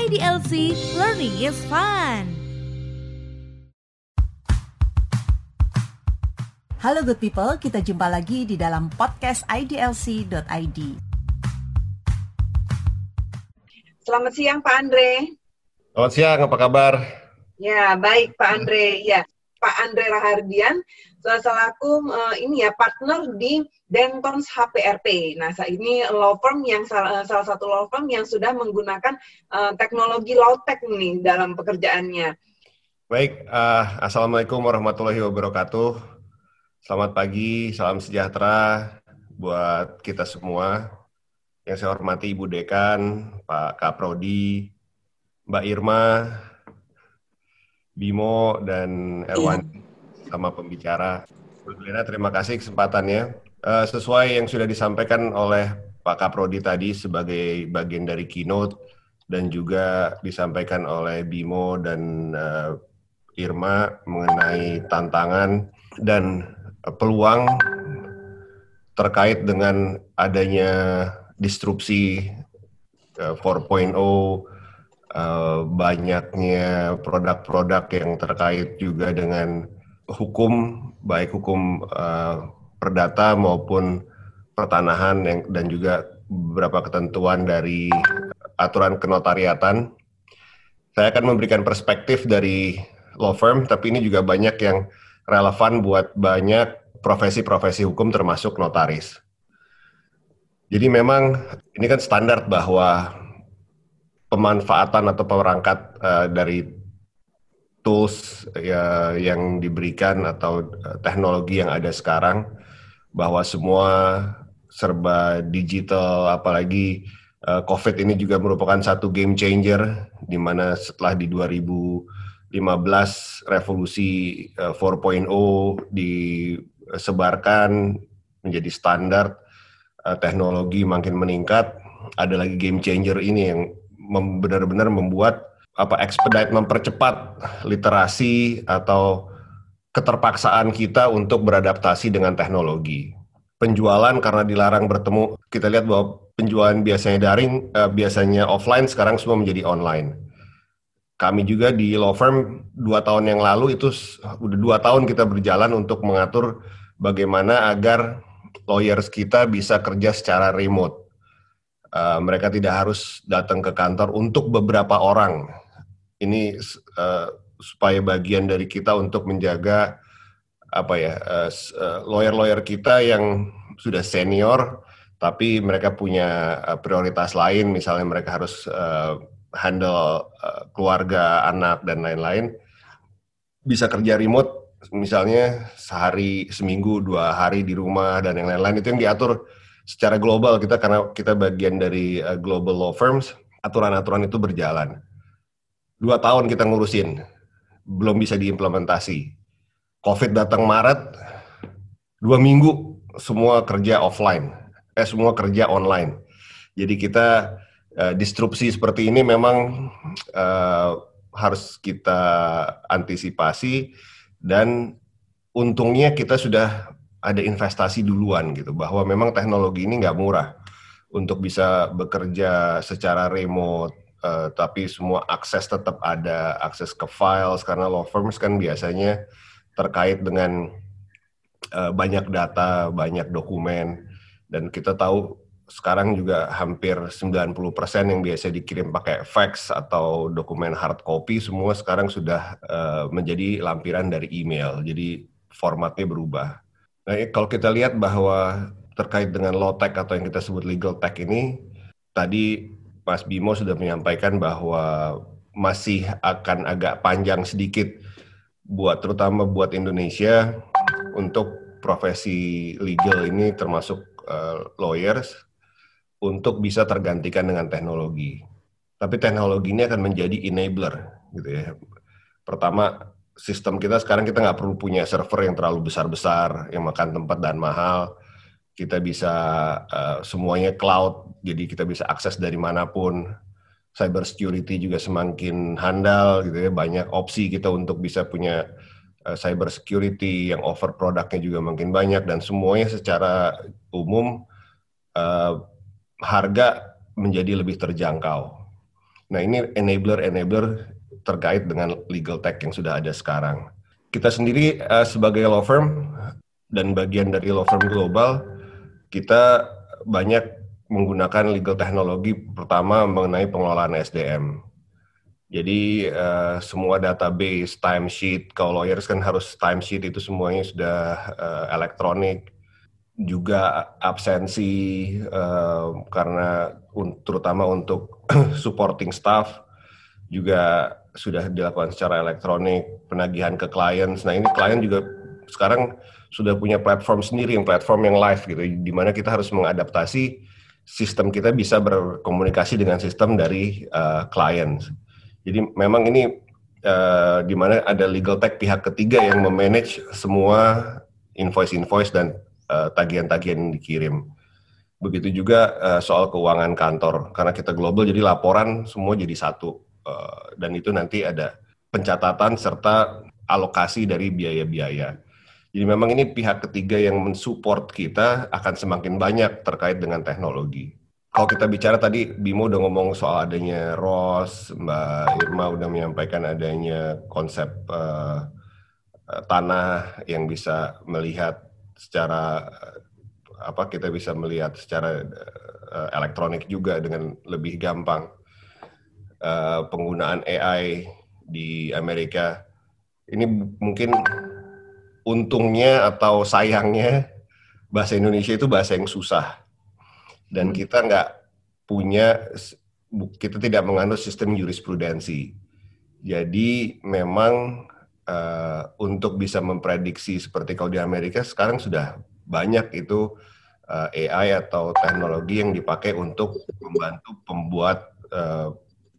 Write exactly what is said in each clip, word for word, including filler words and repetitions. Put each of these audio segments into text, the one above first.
I D L C, Learning is Fun. Halo good people, kita jumpa lagi di dalam podcast I D L C dot I D. Selamat siang Pak Andre. Selamat siang, apa kabar? Ya, baik Pak Andre. Ya, Pak Andre Rahardian, selaku uh, ini ya partner di Dentons H P R P. Nah, saat ini law firm yang salah, salah satu law firm yang sudah menggunakan uh, teknologi low tech nih dalam pekerjaannya. Baik, uh, Assalamualaikum warahmatullahi wabarakatuh. Selamat pagi, salam sejahtera buat kita semua. Yang saya hormati Ibu Dekan, Pak Kaprodi, Mbak Irma, Bimo, dan Erwan, yeah. sama pembicara. Sebelumnya terima kasih kesempatannya. Uh, sesuai yang sudah disampaikan oleh Pak Kaprodi tadi sebagai bagian dari keynote, dan juga disampaikan oleh Bimo dan uh, Irma mengenai tantangan dan uh, peluang terkait dengan adanya disrupsi uh, empat titik nol, Uh, banyaknya produk-produk yang terkait juga dengan hukum, baik hukum uh, perdata maupun pertanahan yang, dan juga beberapa ketentuan dari aturan kenotariatan. Saya akan memberikan perspektif dari law firm, tapi ini juga banyak yang relevan buat banyak profesi-profesi hukum termasuk notaris. Jadi memang ini kan standar bahwa pemanfaatan atau perangkat uh, dari tools ya, yang diberikan atau uh, teknologi yang ada sekarang, bahwa semua serba digital, apalagi uh, COVID ini juga merupakan satu game changer, di mana setelah di dua ribu lima belas revolusi uh, empat titik nol disebarkan menjadi standar, uh, teknologi makin meningkat, ada lagi game changer ini yang Mem- benar-benar membuat apa expedite, mempercepat literasi atau keterpaksaan kita untuk beradaptasi dengan teknologi. Penjualan karena dilarang bertemu, kita lihat bahwa penjualan biasanya daring, eh, biasanya offline, sekarang semua menjadi online. Kami juga di law firm dua tahun yang lalu itu udah dua tahun kita berjalan untuk mengatur bagaimana agar lawyers kita bisa kerja secara remote. Uh, mereka tidak harus datang ke kantor untuk beberapa orang. Ini uh, supaya bagian dari kita untuk menjaga apa ya uh, lawyer-lawyer kita yang sudah senior, tapi mereka punya uh, prioritas lain. Misalnya mereka harus uh, handle uh, keluarga, anak dan lain-lain. Bisa kerja remote, misalnya sehari, seminggu, dua hari di rumah dan yang lain-lain, itu yang diatur secara global. Kita karena kita bagian dari uh, global law firms, aturan-aturan itu berjalan. Dua tahun kita ngurusin, belum bisa diimplementasi. COVID datang Maret, dua minggu semua kerja offline, eh semua kerja online. Jadi kita uh, disrupsi seperti ini memang uh, harus kita antisipasi, dan untungnya kita sudah ada investasi duluan gitu, bahwa memang teknologi ini nggak murah untuk bisa bekerja secara remote, uh, tapi semua akses tetap ada, akses ke files, karena law firms kan biasanya terkait dengan uh, banyak data, banyak dokumen, dan kita tahu sekarang juga hampir sembilan puluh persen yang biasa dikirim pakai fax atau dokumen hard copy, semua sekarang sudah uh, menjadi lampiran dari email, jadi formatnya berubah. Nah, kalau kita lihat bahwa terkait dengan law tech atau yang kita sebut legal tech ini, tadi Mas Bimo sudah menyampaikan bahwa masih akan agak panjang sedikit, buat terutama buat Indonesia, untuk profesi legal ini termasuk uh, lawyers, untuk bisa tergantikan dengan teknologi. Tapi teknologi ini akan menjadi enabler, gitu ya. Pertama, sistem kita sekarang kita nggak perlu punya server yang terlalu besar-besar, yang makan tempat dan mahal. Kita bisa uh, semuanya cloud, jadi kita bisa akses dari manapun. Cyber security juga semakin handal, gitu ya. Banyak opsi kita untuk bisa punya uh, cyber security, yang offer produknya juga makin banyak, dan semuanya secara umum uh, harga menjadi lebih terjangkau. Nah ini enabler-enabler terkait dengan legal tech yang sudah ada sekarang. Kita sendiri uh, sebagai law firm dan bagian dari law firm global, kita banyak menggunakan legal teknologi pertama mengenai pengelolaan S D M. Jadi uh, semua database, timesheet, kalau lawyers kan harus timesheet itu semuanya sudah uh, elektronik. Juga absensi uh, karena un- terutama untuk supporting staff juga sudah dilakukan secara elektronik, penagihan ke clients. Nah ini klien juga sekarang sudah punya platform sendiri, yang platform yang live gitu, di mana kita harus mengadaptasi sistem kita bisa berkomunikasi dengan sistem dari uh, klien. Jadi memang ini uh, di mana ada legal tech pihak ketiga yang memanage semua invoice-invoice dan uh, tagihan-tagihan yang dikirim. Begitu juga uh, soal keuangan kantor, karena kita global jadi laporan semua jadi satu. Uh, dan itu nanti ada pencatatan serta alokasi dari biaya-biaya. Jadi memang ini pihak ketiga yang mensupport kita akan semakin banyak terkait dengan teknologi. Kalau kita bicara tadi, Bimo udah ngomong soal adanya R O S, Mbak Irma udah menyampaikan adanya konsep uh, uh, tanah yang bisa melihat secara uh, apa kita bisa melihat secara uh, elektronik juga dengan lebih gampang. Uh, penggunaan A I di Amerika ini mungkin untungnya atau sayangnya bahasa Indonesia itu bahasa yang susah dan kita nggak punya, kita tidak menganut sistem jurisprudensi. Jadi memang uh, untuk bisa memprediksi seperti kalau di Amerika sekarang sudah banyak itu uh, A I atau teknologi yang dipakai untuk membantu pembuat uh,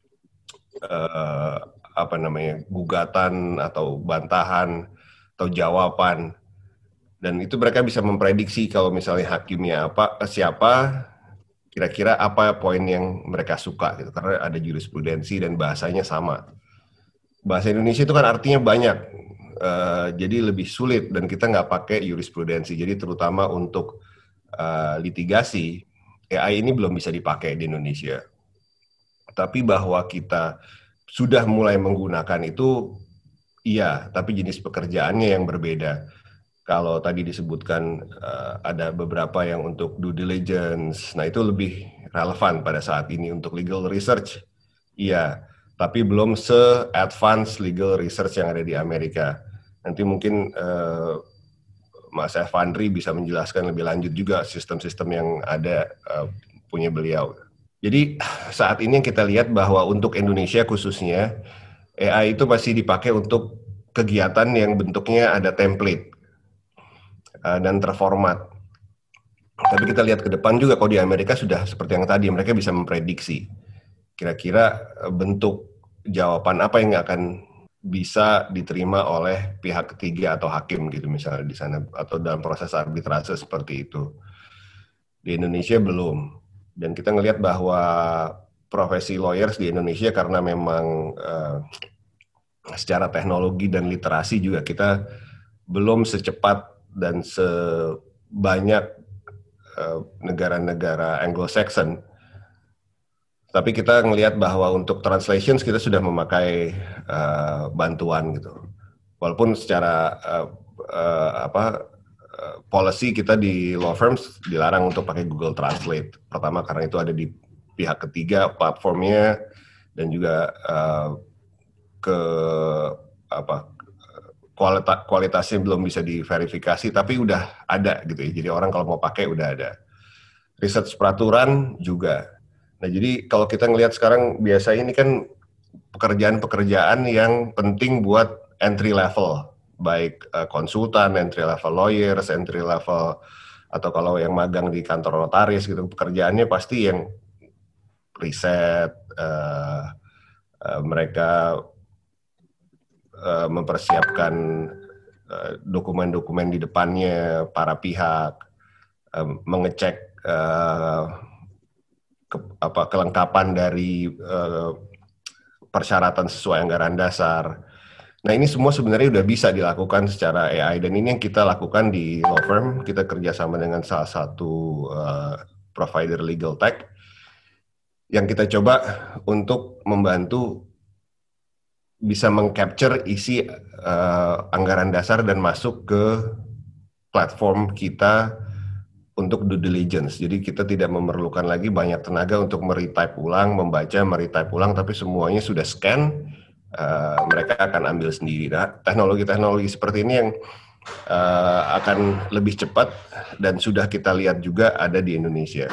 Uh, apa namanya gugatan atau bantahan atau jawaban, dan itu mereka bisa memprediksi kalau misalnya hakimnya apa siapa kira-kira apa poin yang mereka suka gitu, karena ada jurisprudensi dan bahasanya sama. Bahasa Indonesia itu kan artinya banyak, uh, jadi lebih sulit dan kita nggak pakai jurisprudensi. Jadi terutama untuk uh, litigasi A I ini belum bisa dipakai di Indonesia. Tapi bahwa kita sudah mulai menggunakan itu, iya, tapi jenis pekerjaannya yang berbeda. Kalau tadi disebutkan uh, ada beberapa yang untuk due diligence, nah itu lebih relevan pada saat ini. Untuk legal research, iya, tapi belum se-advance legal research yang ada di Amerika. Nanti mungkin uh, Mas Evandri bisa menjelaskan lebih lanjut juga sistem-sistem yang ada uh, punya beliau. Jadi saat ini yang kita lihat bahwa untuk Indonesia khususnya A I itu masih dipakai untuk kegiatan yang bentuknya ada template uh, dan terformat. Tapi kita lihat ke depan juga kalau di Amerika sudah seperti yang tadi, mereka bisa memprediksi kira-kira bentuk jawaban apa yang akan bisa diterima oleh pihak ketiga atau hakim gitu misalnya di sana, atau dalam proses arbitrase seperti itu. Di Indonesia belum. Dan kita ngelihat bahwa profesi lawyers di Indonesia karena memang uh, secara teknologi dan literasi juga kita belum secepat dan sebanyak uh, negara-negara Anglo-Saxon. Tapi kita ngelihat bahwa untuk translations kita sudah memakai uh, bantuan gitu. Walaupun secara uh, uh, apa policy kita di law firms dilarang untuk pakai Google Translate. Pertama karena itu ada di pihak ketiga platformnya, dan juga uh, ke apa kualitas kualitasnya belum bisa diverifikasi, tapi udah ada gitu ya. Jadi orang kalau mau pakai udah ada. Research peraturan juga. Nah jadi kalau kita ngelihat sekarang biasa ini kan pekerjaan-pekerjaan yang penting buat entry level. Baik uh, konsultan, entry level lawyers, entry level, atau kalau yang magang di kantor notaris gitu, pekerjaannya pasti yang riset, uh, uh, mereka uh, mempersiapkan uh, dokumen-dokumen di depannya para pihak, uh, mengecek uh, ke, apa, kelengkapan dari uh, persyaratan sesuai anggaran dasar. Nah ini semua sebenarnya udah bisa dilakukan secara A I, dan ini yang kita lakukan di law firm. Kita kerjasama dengan salah satu uh, provider legal tech yang kita coba untuk membantu bisa meng-capture isi uh, anggaran dasar dan masuk ke platform kita untuk due diligence. Jadi kita tidak memerlukan lagi banyak tenaga untuk meretype ulang, membaca, meretype ulang, tapi semuanya sudah scan, uh, mereka akan ambil sendiri. Nah, teknologi-teknologi seperti ini yang uh, akan lebih cepat dan sudah kita lihat juga ada di Indonesia.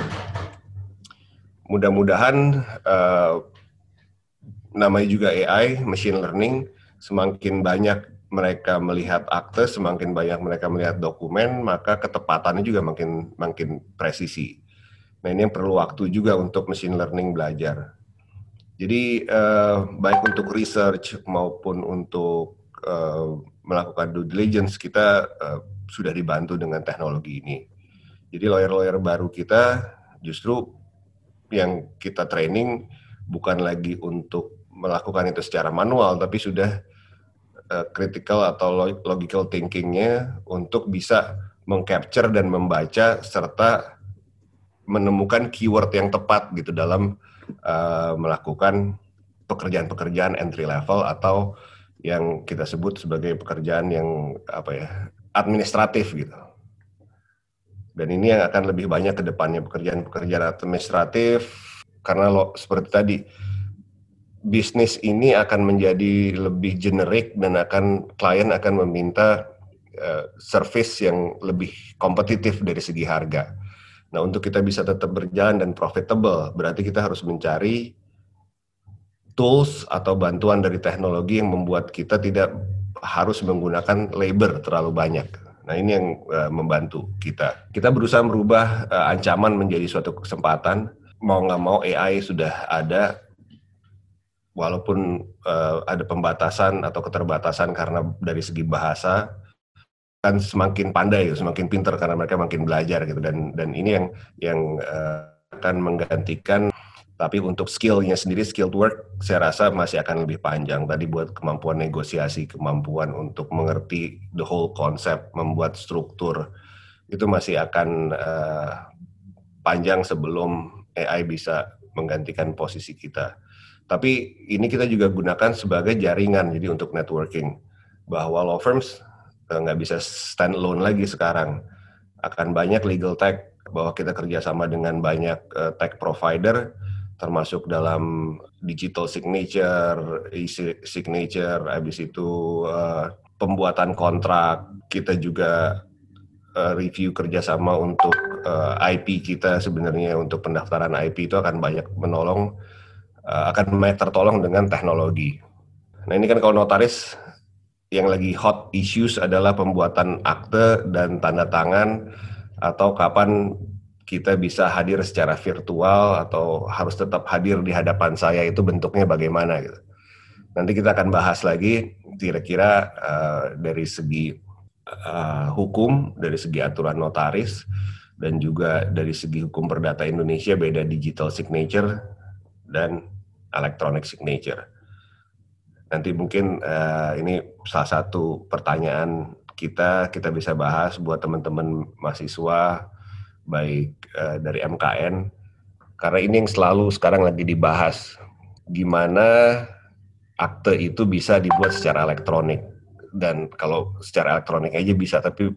Mudah-mudahan uh, namanya juga A I, machine learning, semakin banyak mereka melihat akte, semakin banyak mereka melihat dokumen, maka ketepatannya juga makin makin presisi. Nah, ini yang perlu waktu juga untuk machine learning belajar. Jadi uh, baik untuk research maupun untuk uh, melakukan due diligence, kita uh, sudah dibantu dengan teknologi ini. Jadi lawyer-lawyer baru kita justru yang kita training bukan lagi untuk melakukan itu secara manual, tapi sudah uh, critical atau logical thinking-nya untuk bisa meng-capture dan membaca serta menemukan keyword yang tepat gitu dalam uh, melakukan pekerjaan-pekerjaan entry level atau yang kita sebut sebagai pekerjaan yang apa ya, administratif gitu. Dan ini yang akan lebih banyak ke depannya, pekerjaan-pekerjaan administratif, karena lo, seperti tadi, bisnis ini akan menjadi lebih generik dan akan klien akan meminta uh, service yang lebih kompetitif dari segi harga. Nah, untuk kita bisa tetap berjalan dan profitable, berarti kita harus mencari tools atau bantuan dari teknologi yang membuat kita tidak harus menggunakan labor terlalu banyak. Nah, ini yang uh, membantu kita. Kita berusaha merubah uh, ancaman menjadi suatu kesempatan. Mau nggak mau A I sudah ada, walaupun uh, ada pembatasan atau keterbatasan karena dari segi bahasa, kan semakin pandai, semakin pintar karena mereka makin belajar gitu. Dan dan ini yang yang uh, akan menggantikan. Tapi untuk skill-nya sendiri, skilled work, saya rasa masih akan lebih panjang. Tadi buat kemampuan negosiasi, kemampuan untuk mengerti the whole concept, membuat struktur, itu masih akan uh, panjang sebelum A I bisa menggantikan posisi kita. Tapi ini kita juga gunakan sebagai jaringan, jadi untuk networking. Bahwa law firms uh, nggak bisa stand alone lagi sekarang. Akan banyak legal tech, bahwa kita kerjasama dengan banyak uh, tech provider, termasuk dalam digital signature, e-signature, habis itu uh, pembuatan kontrak, kita juga uh, review kerjasama untuk uh, I P kita sebenarnya, untuk pendaftaran I P itu akan banyak menolong, uh, akan banyak tertolong dengan teknologi. Nah, ini kan kalau notaris yang lagi hot issues adalah pembuatan akte dan tanda tangan, atau kapan kita bisa hadir secara virtual atau harus tetap hadir di hadapan saya, itu bentuknya bagaimana gitu. Nanti kita akan bahas lagi kira-kira uh, dari segi uh, hukum, dari segi aturan notaris, dan juga dari segi hukum perdata Indonesia beda digital signature dan electronic signature. Nanti mungkin uh, ini salah satu pertanyaan kita, kita bisa bahas buat teman-teman mahasiswa, baik uh, dari M K N, karena ini yang selalu sekarang lagi dibahas, gimana akte itu bisa dibuat secara elektronik. Dan kalau secara elektronik aja bisa, tapi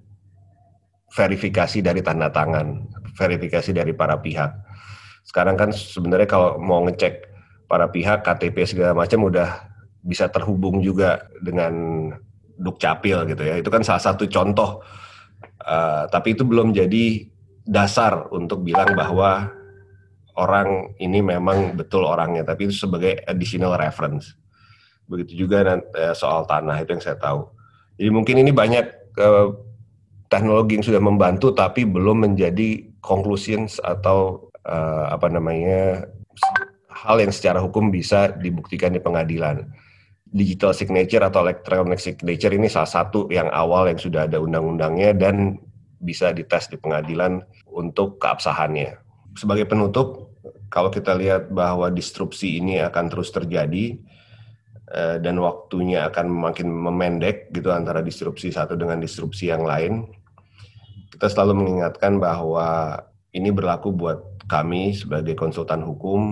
verifikasi dari tanda tangan, verifikasi dari para pihak. Sekarang kan sebenarnya kalau mau ngecek para pihak, K T P segala macam udah bisa terhubung juga dengan Dukcapil gitu ya. Itu kan salah satu contoh, uh, tapi itu belum jadi dasar untuk bilang bahwa orang ini memang betul orangnya, tapi itu sebagai additional reference. Begitu juga soal tanah, itu yang saya tahu. Jadi mungkin ini banyak uh, teknologi yang sudah membantu, tapi belum menjadi conclusions atau uh, apa namanya hal yang secara hukum bisa dibuktikan di pengadilan. Digital signature atau electronic signature ini salah satu yang awal yang sudah ada undang-undangnya dan bisa dites di pengadilan untuk keabsahannya. Sebagai penutup, kalau kita lihat bahwa disrupsi ini akan terus terjadi eh, dan waktunya akan makin memendek gitu antara disrupsi satu dengan disrupsi yang lain, kita selalu mengingatkan bahwa ini berlaku buat kami sebagai konsultan hukum,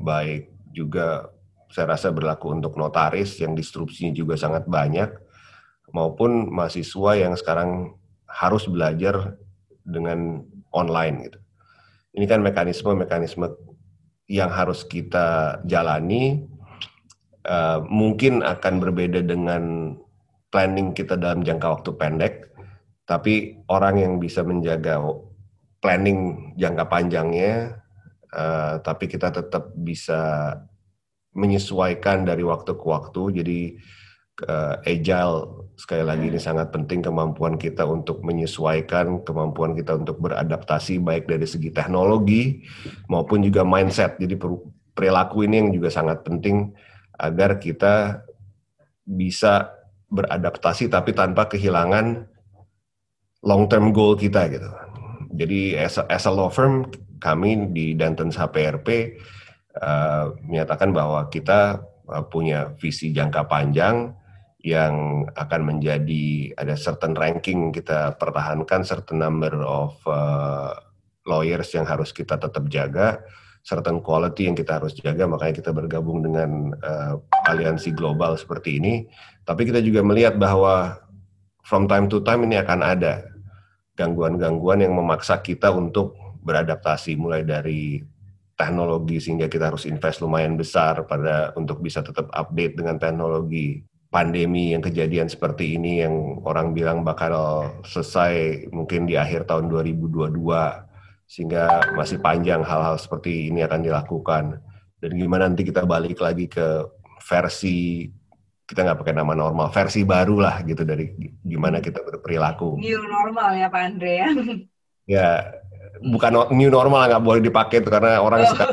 baik juga saya rasa berlaku untuk notaris yang disrupsinya juga sangat banyak, maupun mahasiswa yang sekarang harus belajar dengan online gitu. Ini kan mekanisme-mekanisme yang harus kita jalani, uh, mungkin akan berbeda dengan planning kita dalam jangka waktu pendek, tapi orang yang bisa menjaga planning jangka panjangnya, uh, tapi kita tetap bisa menyesuaikan dari waktu ke waktu, jadi uh, agile sekali lagi ini sangat penting, kemampuan kita untuk menyesuaikan, kemampuan kita untuk beradaptasi baik dari segi teknologi maupun juga mindset. Jadi perilaku ini yang juga sangat penting agar kita bisa beradaptasi tapi tanpa kehilangan long term goal kita gitu. Jadi as a, as a law firm, kami di Dentons H P R P uh, menyatakan bahwa kita uh, punya visi jangka panjang yang akan menjadi ada certain ranking kita pertahankan, certain number of uh, lawyers yang harus kita tetap jaga, certain quality yang kita harus jaga, makanya kita bergabung dengan uh, aliansi global seperti ini. Tapi kita juga melihat bahwa from time to time ini akan ada gangguan-gangguan yang memaksa kita untuk beradaptasi, mulai dari teknologi sehingga kita harus invest lumayan besar pada untuk bisa tetap update dengan teknologi. Pandemi yang kejadian seperti ini yang orang bilang bakal selesai mungkin di akhir tahun dua ribu dua puluh dua, sehingga masih panjang hal-hal seperti ini akan dilakukan. Dan gimana nanti kita balik lagi ke versi, kita nggak pakai nama normal, versi baru lah gitu dari gimana kita berperilaku. New normal ya Pak Andre ya? Ya, bukan new normal, nggak boleh dipakai itu karena orang oh. suka.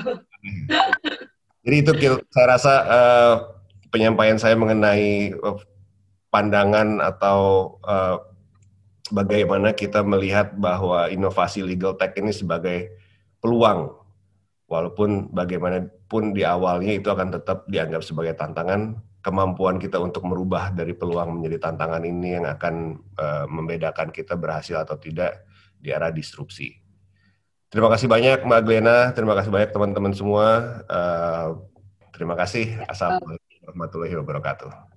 Jadi itu saya rasa uh, penyampaian saya mengenai pandangan atau uh, bagaimana kita melihat bahwa inovasi legal tech ini sebagai peluang, walaupun bagaimanapun di awalnya itu akan tetap dianggap sebagai tantangan. Kemampuan kita untuk merubah dari peluang menjadi tantangan ini yang akan uh, membedakan kita berhasil atau tidak di era disrupsi. Terima kasih banyak Mbak Glena, terima kasih banyak teman-teman semua. Uh, terima kasih. Assalamualaikum warahmatullahi wabarakatuh.